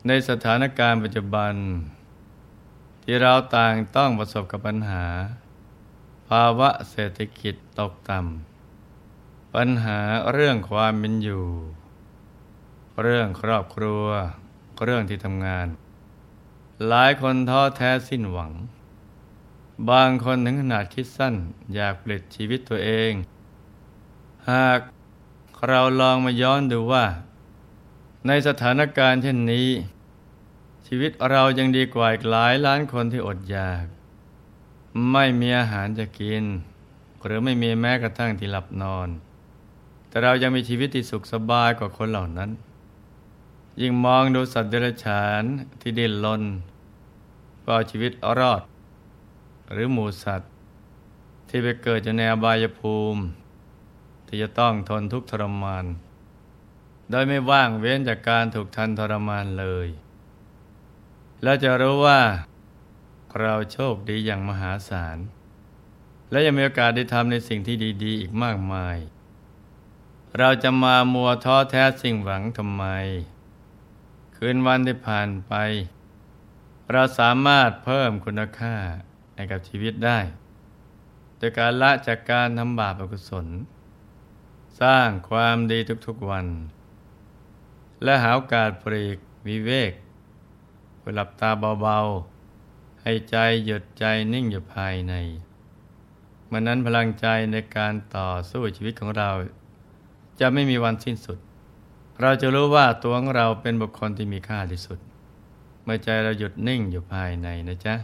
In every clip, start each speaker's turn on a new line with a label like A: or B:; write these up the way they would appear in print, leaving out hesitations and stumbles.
A: ในสถานการณ์ปัจจุบันที่เราต่างต้องประสบกับปัญหาภาวะเศรษฐกิจตกต่ำปัญหาเรื่องความเป็นอยู่เรื่องครอบครัวเรื่องที่ทำงานหลายคนท้อแท้สิ้นหวังบางคนถึงขนาดคิดสั้นอยากปลิดชีวิตตัวเองหากเราลองมาย้อนดูว่าในสถานการณ์เช่นนี้ชีวิตเรายังดีกว่าอีกหลายล้านคนที่อดอยากไม่มีอาหารจะกินหรือไม่มีแม้กระทั่งที่หลับนอนแต่เรายังมีชีวิตที่สุขสบายกว่าคนเหล่านั้นยิ่งมองดูสัตว์เดรัจฉานที่ดิ้นรนเพื่อเอาชีวิตรอดหรือหมูสัตว์ที่ไปเกิดอยู่ในอบายภูมิที่จะต้องทนทุกข์ทรมานโดยไม่ว่างเว้นจากการถูกทันทรมานเลยแล้วจะรู้ว่าเราโชคดีอย่างมหาศาลและยังมีโอกาสได้ทำในสิ่งที่ดีๆอีกมากมายเราจะมามัวท้อแท้สิ้นหวังทำไมคืนวันที่ผ่านไปเราสามารถเพิ่มคุณค่าให้กับชีวิตได้โดยการละจากการทำบาปอกุศลสร้างความดีทุกๆวันและหาโอกาสปลีกวิเวกเพื่อหลับตาเบาๆให้ใจหยุดใจนิ่งอยู่ภายในเมื่อนั้นพลังใจในการต่อสู้ชีวิตของเราจะไม่มีวันสิ้นสุดเราจะรู้ว่าตัวของเราเป็นบุคคลที่มีค่าที่สุดเมื่อใจเราหยุดนิ่งอยู่ภายในนะจ๊ะ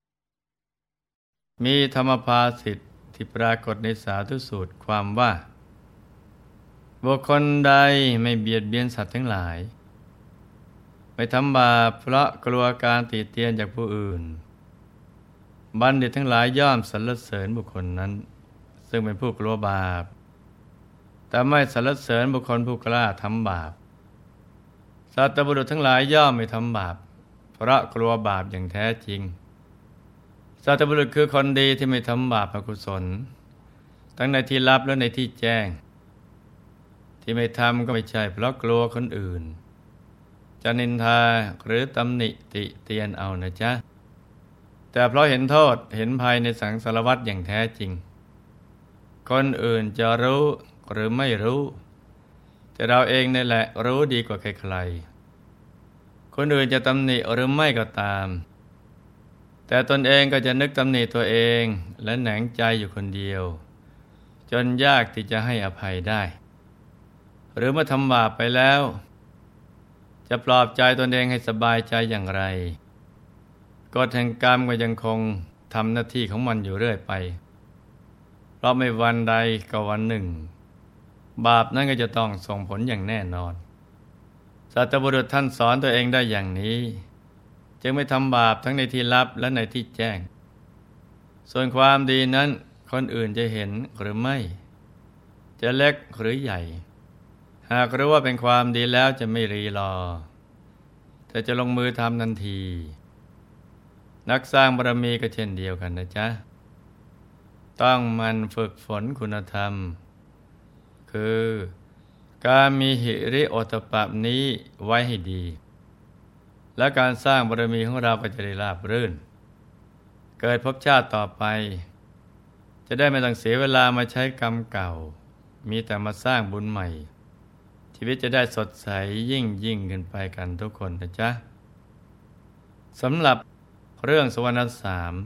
A: มีธรรมภาษิตที่ปรากฏในสาธุสูตรความว่าบุคคลใดไม่เบียดเบียนสัตว์ทั้งหลายไม่ทำบาปเพราะกลัวการติเตียนจากผู้อื่นบัณฑิตทั้งหลายย่อมสรรเสริญบุคคลนั้นซึ่งเป็นผู้กลัวบาปแต่ไม่สรรเสริญบุคคลผู้กล้าทำบาปสัตบุรุษทั้งหลายย่อมไม่ทำบาปเพราะกลัวบาปอย่างแท้จริงสัตบุรุษคือคนดีที่ไม่ทำบาปอกุศลทั้งในที่ลับและในที่แจ้งที่ไม่ทำก็ไม่ใช่เพราะกลัวคนอื่นจะนินทาหรือตำหนิติเตียนเอานะจ๊ะแต่เพราะเห็นโทษเห็นภัยในสังสารวัฏอย่างแท้จริงคนอื่นจะรู้หรือไม่รู้แต่เราเองนี่แหละรู้ดีกว่าใครๆคนอื่นจะตำหนิหรือไม่ก็ตามแต่ตนเองก็จะนึกตำหนิตัวเองและแหนงใจอยู่คนเดียวจนยากที่จะให้อภัยได้หรือเมื่อทำบาปไปแล้วจะปลอบใจตนเองให้สบายใจอย่างไรกฎแห่งกรรมก็ยังคงทำหน้าที่ของมันอยู่เรื่อยไปเพราะไม่วันใดก็วันหนึ่งบาปนั้นก็จะต้องส่งผลอย่างแน่นอนสัตบุรุษท่านสอนตัวเองได้อย่างนี้จึงไม่ทำบาปทั้งในที่ลับและในที่แจ้งส่วนความดีนั้นคนอื่นจะเห็นหรือไม่จะเล็กหรือใหญ่หากรู้ว่าเป็นความดีแล้วจะไม่รีรอแต่จะลงมือทำทันทีนักสร้างบารมีก็เช่นเดียวกันนะจ๊ะต้องมันฝึกฝนคุณธรรมคือการมีหิริโอตตัปปะนี้ไว้ให้ดีและการสร้างบารมีของเราก็จะได้ราบรื่นเกิดภพชาติต่อไปจะได้ไม่ต้องเสียเวลามาใช้กรรมเก่ามีแต่มาสร้างบุญใหม่ชีวิตจะได้สดใสยิ่งขึ้นไปกันทุกคนนะจ๊ะสำหรับเรื่องสวรรค์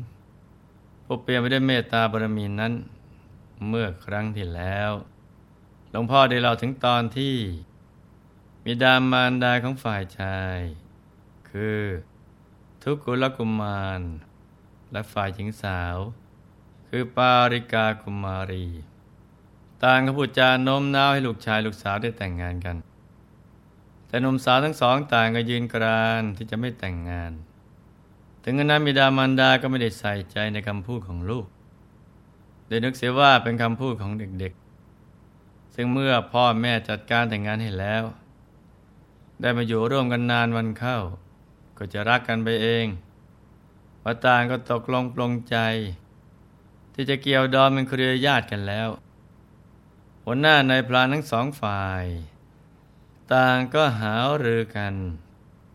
A: 3ผู้เปี่ยมไปด้วยเมตตาบารมีนั้นเมื่อครั้งที่แล้วหลวงพ่อได้เล่าถึงตอนที่บิดามารดาของฝ่ายชายคือทุกขุลกุมารและฝ่ายหญิงสาวคือปาริกากุมารีต่างก็พูดจาโน้มน้าวให้ลูกชายลูกสาวได้แต่งงานกันแต่หนุ่มสาวทั้งสองต่างก็ยืนกรานที่จะไม่แต่งงานถึงขนาดบิดามารดาก็ไม่ได้ใส่ใจในคำพูดของลูกโดยนึกเสียว่าเป็นคำพูดของเด็กๆซึ่งเมื่อพ่อแม่จัดการแต่งงานให้แล้วได้มาอยู่ร่วมกันนานวันเข้าก็จะรักกันไปเองว่าต่างก็ตกลงปลงใจที่จะเกี่ยวดองเป็นเครือญาติกันแล้วหัวหน้านายพรานทั้งสองฝ่ายต่างก็หารือกัน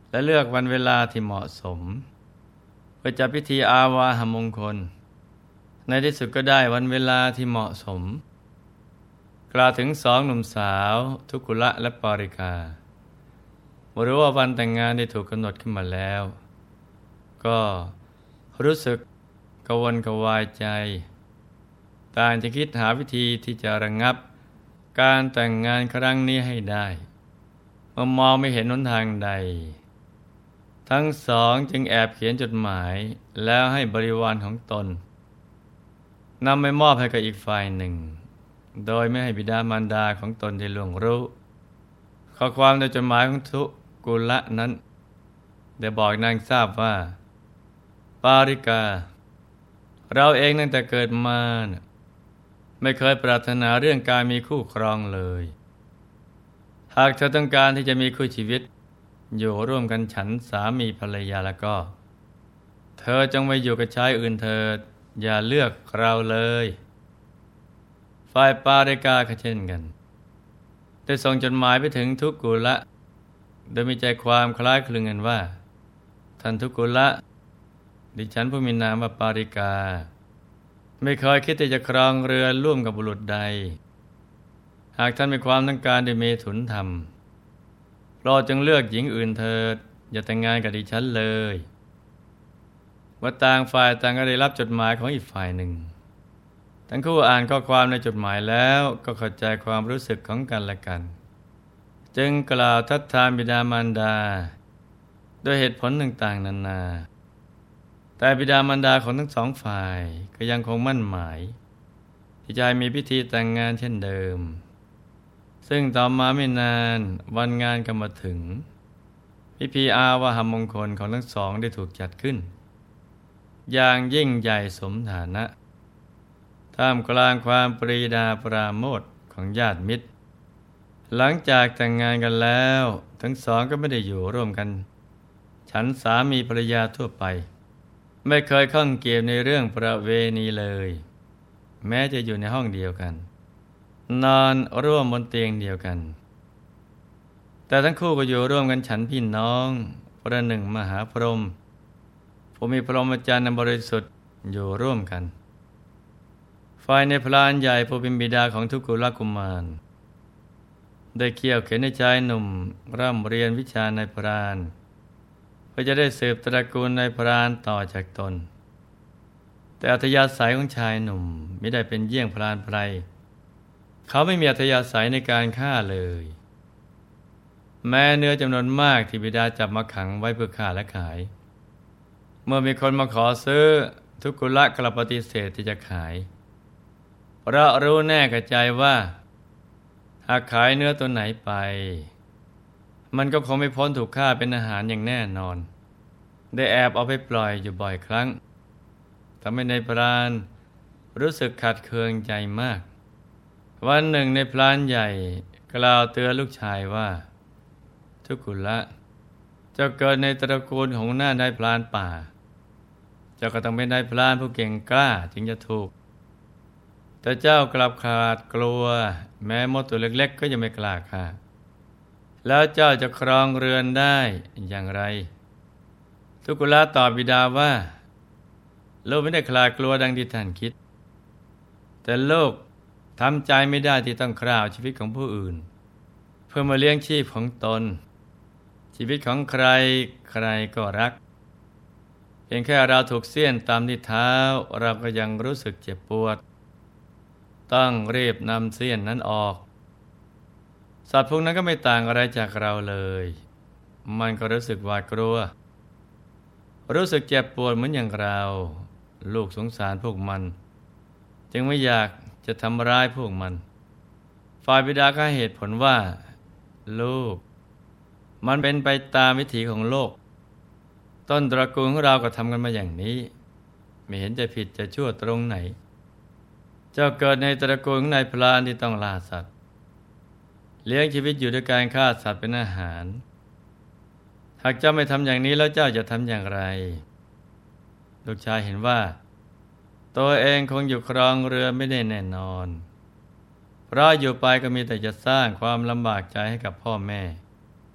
A: และเลือกวันเวลาที่เหมาะสมเพื่อจัดพิธีอาวาหมงคลในที่สุดก็ได้วันเวลาที่เหมาะสมกล่าวถึงสองหนุ่มสาวทุกุละและปาริการู้ว่าวันแต่งงานได้ถูกกำหนดขึ้นมาแล้วก็รู้สึกกระวนกระวายใจต่างจะคิดหาวิธีที่จะระงับการแต่งงานครั้งนี้ให้ได้เมื่อมองไม่เห็นหนทางใดทั้งสองจึงแอบเขียนจดหมายแล้วให้บริวารของตนนำไปมอบให้กับอีกฝ่ายหนึ่งโดยไม่ให้บิดามารดาของตนได้ล่วงรู้ข้อความในจดหมายของทุกุละนั้นได้บอกนางทราบว่าปาริกาเราเองตั้งแต่เกิดมาไม่เคยปรารถนาเรื่องการมีคู่ครองเลยหากเธอต้องการที่จะมีคู่ชีวิตอยู่ร่วมกันฉันสามีภรรยาแล้วก็เธอจงไปอยู่กับชายอื่นเถิดอย่าเลือกเราเลยฝ่ายปาริกาก็เช่นกันได้ส่งจดหมายไปถึงทุกุละโดยมีใจความคล้ายคลึงกันว่าท่านทุกุละดิฉันผู้มีนามว่าปาริกาไม่เคยคิดที่จะครองเรือร่วมกับบุรุษใดหากท่านมีความต้องการในเมถุนธรรมโปรดจงเลือกหญิงอื่นเถิดอย่าแต่งงานกับดิฉันเลยว่าต่างฝ่ายต่างก็ได้รับจดหมายของอีกฝ่ายหนึ่งทั้งคู่อ่านข้อความในจดหมายแล้วก็เข้าใจความรู้สึกของกันและกันจึงกล่าวทัดทานบิดามารดาโดยเหตุผลต่างๆนานาแต่บิดามารดาของทั้งสองฝ่ายก็ยังคงมั่นหมายที่จะมีพิธีแต่งงานเช่นเดิมซึ่งต่อมาไม่นานวันงานก็มาถึงพิธีอาวาหมงคลของทั้งสองได้ถูกจัดขึ้นอย่างยิ่งใหญ่สมฐานะท่ามกลางความปรีดาปราโมทย์ของญาติมิตรหลังจากแต่งงานกันแล้วทั้งสองก็ไม่ได้อยู่ร่วมกันฉันสามีภรรยาทั่วไปไม่เคยข้องเกี่ยวในเรื่องประเวณีเลยแม้จะอยู่ในห้องเดียวกันนอนร่วมบนเตียงเดียวกันแต่ทั้งคู่ก็อยู่ร่วมกันฉันพี่น้องประหนึ่งมหาพรหมผู้มีพรหมจรรย์อันบริสุทธิ์อยู่ร่วมกันฝ่ายในพรานใหญ่ผู้เป็นบิดาของทุกุลกุมารได้เขี่ยวเข็นให้ชายหนุ่มร่ำเรียนวิชาในพรานเพื่อจะได้สืบตระกูลในพรานต่อจากตนแต่อัธยาศัยของชายหนุ่มไม่ได้เป็นเยี่ยงพรานไพรเขาไม่มีอัธยาศัยในการฆ่าเลยแม้เนื้อจำนวนมากที่บิดาจับมาขังไว้เพื่อฆ่าและขายเมื่อมีคนมาขอซื้อทุกุละกลับปฏิเสธที่จะขายเพราะรู้แน่กับใจว่าหากขายเนื้อตัวไหนไปมันก็คงไม่พ้นถูกฆ่าเป็นอาหารอย่างแน่นอนได้แอบเอาไปปล่อยอยู่บ่อยครั้งทำให้ในพรานรู้สึกขัดเคืองใจมากวันหนึ่งในพรานใหญ่กล่าวเตือนลูกชายว่าทุกุละเจ้าเกิดในตระกูลของหน้านายพรานป่าเจ้าก็ต้องเป็นนายพรานผู้เก่งกล้าจึงจะถูกแต่เจ้ากลับขาดกลัวแม้มดตัวเล็กๆก็ยังไม่กล้าฆ่าแล้วเจ้าจะครองเรือนได้อย่างไรทุกุละตอบบิดาว่าลูกไม่ได้คลาดกลัวดังที่ท่านคิดแต่ลูกทำใจไม่ได้ที่ต้องคราวชีวิตของผู้อื่นเพื่อมาเลี้ยงชีพของตนชีวิตของใครใครก็รักเพียงแค่เราถูกเสี้ยนตามที่เท้าเราก็ยังรู้สึกเจ็บปวดต้องรีบนำเสี้ยนนั้นออกสัตว์พวกนั้นก็ไม่ต่างอะไรจากเราเลยมันก็รู้สึกหวาดกลัวรู้สึกเจ็บปวดเหมือนอย่างเราลูกสงสารพวกมันจึงไม่อยากจะทำร้ายพวกมันฝ่ายบิดาก็ให้เหตุผลว่าลูกมันเป็นไปตามวิถีของโลกต้นตระกูลของเราก็ทำกันมาอย่างนี้ไม่เห็นจะผิดจะชั่วตรงไหนเจ้าเกิดในตระกูลของนายพรานที่ต้องล่าสัตว์เลี้ยงชีวิตอยู่ด้วยการฆ่าสัตว์เป็นอาหารหากเจ้าไม่ทำอย่างนี้แล้วเจ้าจะทำอย่างไรลูกชายเห็นว่าตัวเองคงอยู่ครองเรือไม่ได้แน่นอนเพราะอยู่ไปก็มีแต่จะสร้างความลำบากใจให้กับพ่อแม่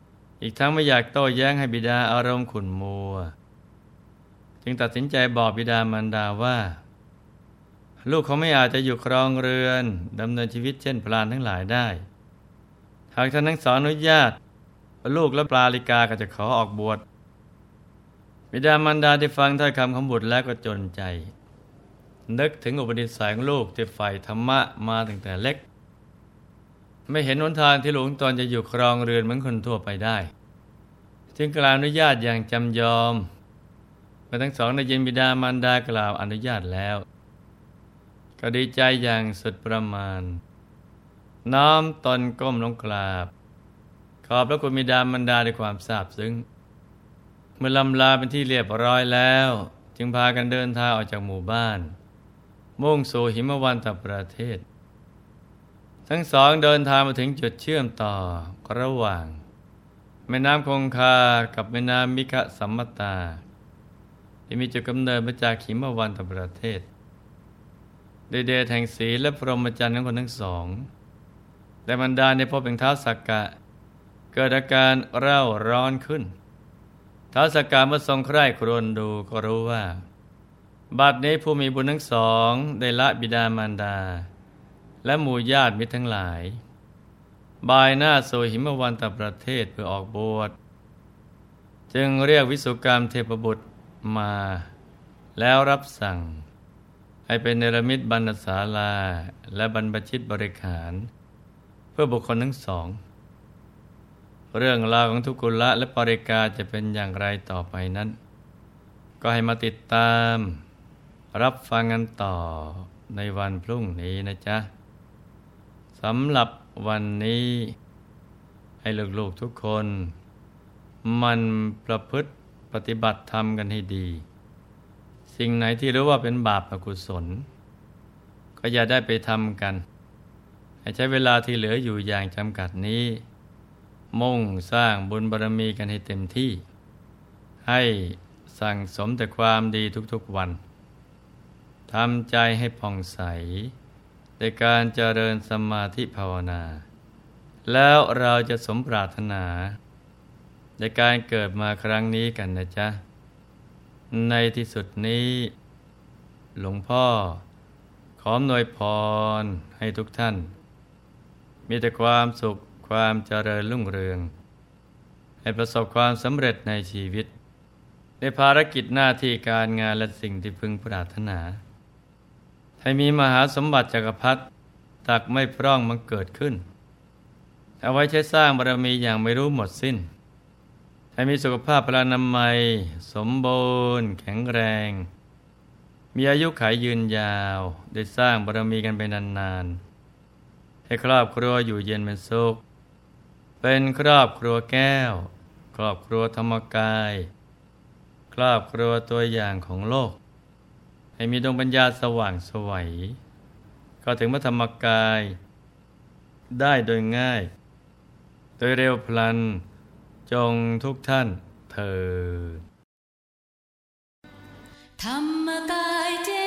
A: อีกทั้งไม่อยากโต้แย้งให้บิดาอารมณ์ขุ่นมัวจึงตัดสินใจบอกบิดามารดาว่าลูกเขาไม่อาจจะอยู่ครองเรือนดำเนินชีวิตเช่นพรานทั้งหลายได้หากท่านทั้งสองอนุญาตลูกและปลาลิกาก็จะขอออกบวชบิดามารดาได้ฟังถ้อยคำของบุตรแล้วก็จนใจนึกถึงอุปนิสัยของลูกที่ใฝ่ธรรมะมาตั้งแต่เล็กไม่เห็นหนทางที่ลูกตนจะอยู่ครองเรือนเหมือนคนทั่วไปได้จึงกล่าวอนุญาตอย่างจำยอมเมื่อทั้งสองได้ยินบิดามารดากล่าวอนุญาตแล้วก็ดีใจอย่างสุดประมาณน้อมตนก้มลงกราบขอบพระคุณบิดามารดาด้วยความซาบซึ้งเมื่อลำลาเป็นที่เรียบร้อยแล้วจึงพากันเดินทางออกจากหมู่บ้านมุ่งสู่หิมวันตประเทศทั้งสองเดินทางมาถึงจุดเชื่อมต่อระหว่างแม่น้ำคงคากับแม่น้ำมิคสัมมตาที่มีจุดกำเนิดมาจากหิมวันตประเทศด้วยเดชแห่งศีลและพรหมจรรย์ของคนทั้งสองแต่บรรดาในพบเป็นท้าวสักกะเกิดอาการเร่าร้อนขึ้นท้าวสักกะเมื่อทรงใคร่ครวญดูก็รู้ว่าบัดนี้ผู้มีบุญทั้งสองได้ละบิดามารดาและหมู่ญาติมิตรทั้งหลายบายหน้าสู่หิมวันตประเทศเพื่อออกบวชจึงเรียกวิสุกรรมเทพบุตรมาแล้วรับสั่งให้เป็นเนรมิตบรรณศาลาและบรรพชิตบริขารเพื่อบุคคลทั้งสองเรื่องราวของทุกุละและปริกาจะเป็นอย่างไรต่อไปนั้นก็ให้มาติดตามรับฟังกันต่อในวันพรุ่งนี้นะจ๊ะสำหรับวันนี้ให้ลูกๆทุกคนมันประพฤติปฏิบัติธรรมกันให้ดีสิ่งไหนที่รู้ว่าเป็นบาปอกุศลก็อย่าได้ไปทำกันให้ใช้เวลาที่เหลืออยู่อย่างจำกัดนี้มุ่งสร้างบุญบารมีกันให้เต็มที่ให้สั่งสมแต่ความดีทุกๆวันทำใจให้ผ่องใสในการเจริญสมาธิภาวนาแล้วเราจะสมปรารถนาในการเกิดมาครั้งนี้กันนะจ๊ะในที่สุดนี้หลวงพ่อขออำนวยพรให้ทุกท่านมีแต่ความสุขความเจริญรุ่งเรืองให้ประสบความสำเร็จในชีวิตในภารกิจหน้าที่การงานและสิ่งที่พึงปรารถนาให้มีมหาสมบัติจักรพรรดิตักไม่พร่องมันเกิดขึ้นเอาไว้ใช้สร้างบารมีอย่างไม่รู้หมดสิ้นให้มีสุขภาพพลานามัยสมบูรณ์แข็งแรงมีอายุขัยยืนยาวได้สร้างบารมีกันไปนานๆให้ครอบครัวอยู่เย็นเป็นสุขเป็นครอบครัวแก้วครอบครัวธรรมกายครอบครัวตัวอย่างของโลกให้มีดวงปัญญาสว่างไสวเข้าถึงพระธรรมกายได้โดยง่ายโดยเร็วพลันจงทุกท่านเถิด
B: ธรรมกายเจ